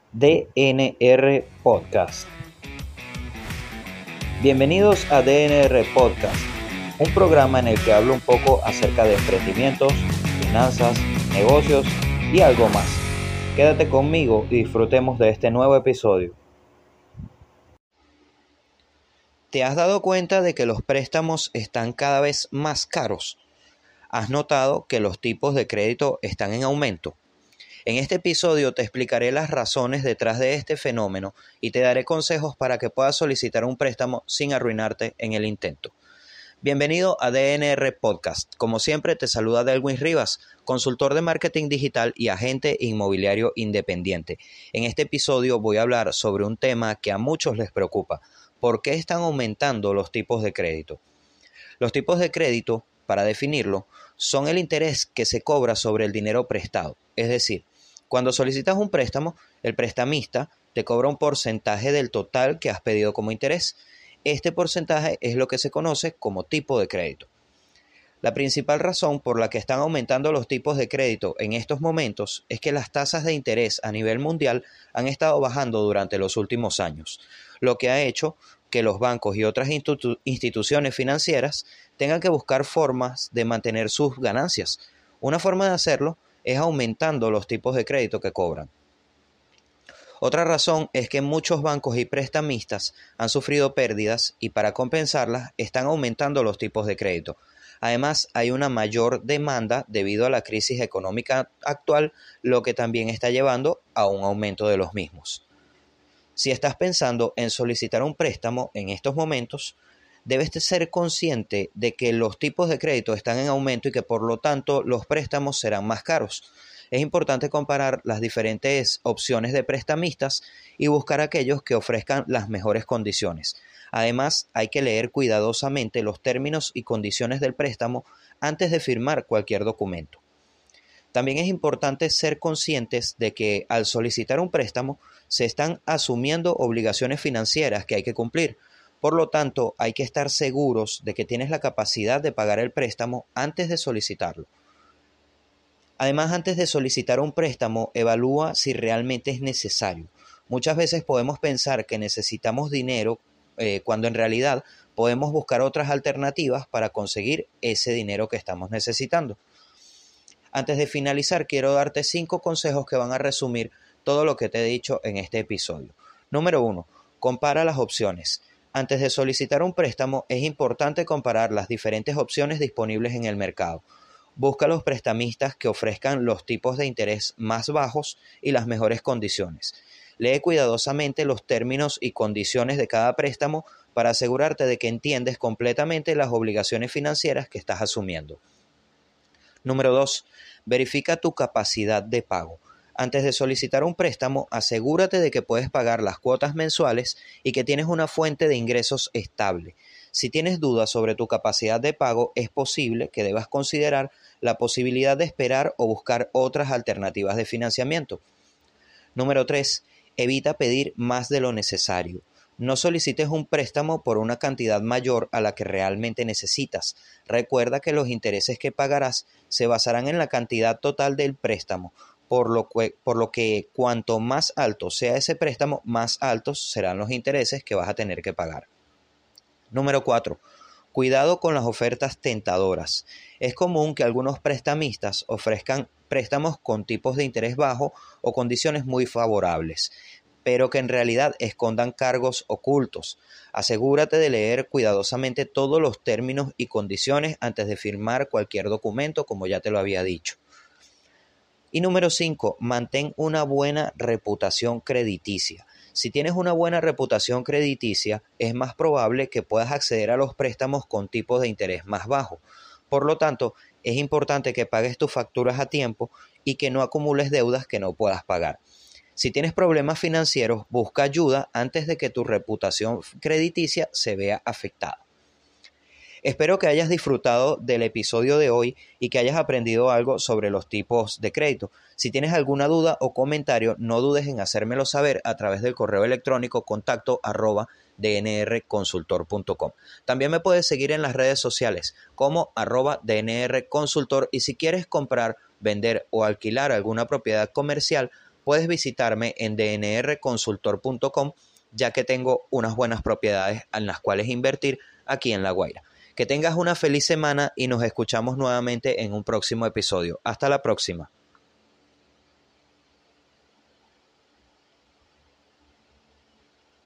DNR Podcast. Bienvenidos a DNR Podcast, un programa en el que hablo un poco acerca de emprendimientos, finanzas, negocios y algo más. Quédate conmigo y disfrutemos de este nuevo episodio. ¿Te has dado cuenta de que los préstamos están cada vez más caros? ¿Has notado que los tipos de crédito están en aumento? En este episodio te explicaré las razones detrás de este fenómeno y te daré consejos para que puedas solicitar un préstamo sin arruinarte en el intento. Bienvenido a DNR Podcast. Como siempre te saluda Delwin Rivas, consultor de marketing digital y agente inmobiliario independiente. En este episodio voy a hablar sobre un tema que a muchos les preocupa. ¿Por qué están aumentando los tipos de crédito? Los tipos de crédito, para definirlo, son el interés que se cobra sobre el dinero prestado. Es decir, cuando solicitas un préstamo, el prestamista te cobra un porcentaje del total que has pedido como interés. Este porcentaje es lo que se conoce como tipo de crédito. La principal razón por la que están aumentando los tipos de crédito en estos momentos es que las tasas de interés a nivel mundial han estado bajando durante los últimos años, lo que ha hecho que los bancos y otras instituciones financieras tengan que buscar formas de mantener sus ganancias. Una forma de hacerlo es aumentando los tipos de crédito que cobran. Otra razón es que muchos bancos y prestamistas han sufrido pérdidas y para compensarlas están aumentando los tipos de crédito. Además, hay una mayor demanda debido a la crisis económica actual, lo que también está llevando a un aumento de los mismos. Si estás pensando en solicitar un préstamo en estos momentos, debes ser consciente de que los tipos de crédito están en aumento y que por lo tanto los préstamos serán más caros. Es importante comparar las diferentes opciones de prestamistas y buscar aquellos que ofrezcan las mejores condiciones. Además, hay que leer cuidadosamente los términos y condiciones del préstamo antes de firmar cualquier documento. También es importante ser conscientes de que al solicitar un préstamo se están asumiendo obligaciones financieras que hay que cumplir. Por lo tanto, hay que estar seguros de que tienes la capacidad de pagar el préstamo antes de solicitarlo. Además, antes de solicitar un préstamo, evalúa si realmente es necesario. Muchas veces podemos pensar que necesitamos dinero cuando en realidad podemos buscar otras alternativas para conseguir ese dinero que estamos necesitando. Antes de finalizar, quiero darte 5 consejos que van a resumir todo lo que te he dicho en este episodio. Número 1. Compara las opciones. Antes de solicitar un préstamo, es importante comparar las diferentes opciones disponibles en el mercado. Busca los prestamistas que ofrezcan los tipos de interés más bajos y las mejores condiciones. Lee cuidadosamente los términos y condiciones de cada préstamo para asegurarte de que entiendes completamente las obligaciones financieras que estás asumiendo. Número 2. Verifica tu capacidad de pago. Antes de solicitar un préstamo, asegúrate de que puedes pagar las cuotas mensuales y que tienes una fuente de ingresos estable. Si tienes dudas sobre tu capacidad de pago, es posible que debas considerar la posibilidad de esperar o buscar otras alternativas de financiamiento. Número 3. Evita pedir más de lo necesario. No solicites un préstamo por una cantidad mayor a la que realmente necesitas. Recuerda que los intereses que pagarás se basarán en la cantidad total del préstamo, por lo que cuanto más alto sea ese préstamo, más altos serán los intereses que vas a tener que pagar. Número 4. Cuidado con las ofertas tentadoras. Es común que algunos prestamistas ofrezcan préstamos con tipos de interés bajo o condiciones muy favorables, pero que en realidad escondan cargos ocultos. Asegúrate de leer cuidadosamente todos los términos y condiciones antes de firmar cualquier documento, como ya te lo había dicho. Y número 5, mantén una buena reputación crediticia. Si tienes una buena reputación crediticia, es más probable que puedas acceder a los préstamos con tipos de interés más bajos. Por lo tanto, es importante que pagues tus facturas a tiempo y que no acumules deudas que no puedas pagar. Si tienes problemas financieros, busca ayuda antes de que tu reputación crediticia se vea afectada. Espero que hayas disfrutado del episodio de hoy y que hayas aprendido algo sobre los tipos de crédito. Si tienes alguna duda o comentario, no dudes en hacérmelo saber a través del correo electrónico contacto@dnrconsultor.com. También me puedes seguir en las redes sociales como @dnrconsultor y si quieres comprar, vender o alquilar alguna propiedad comercial, puedes visitarme en dnrconsultor.com, ya que tengo unas buenas propiedades en las cuales invertir aquí en La Guaira. Que tengas una feliz semana y nos escuchamos nuevamente en un próximo episodio. Hasta la próxima.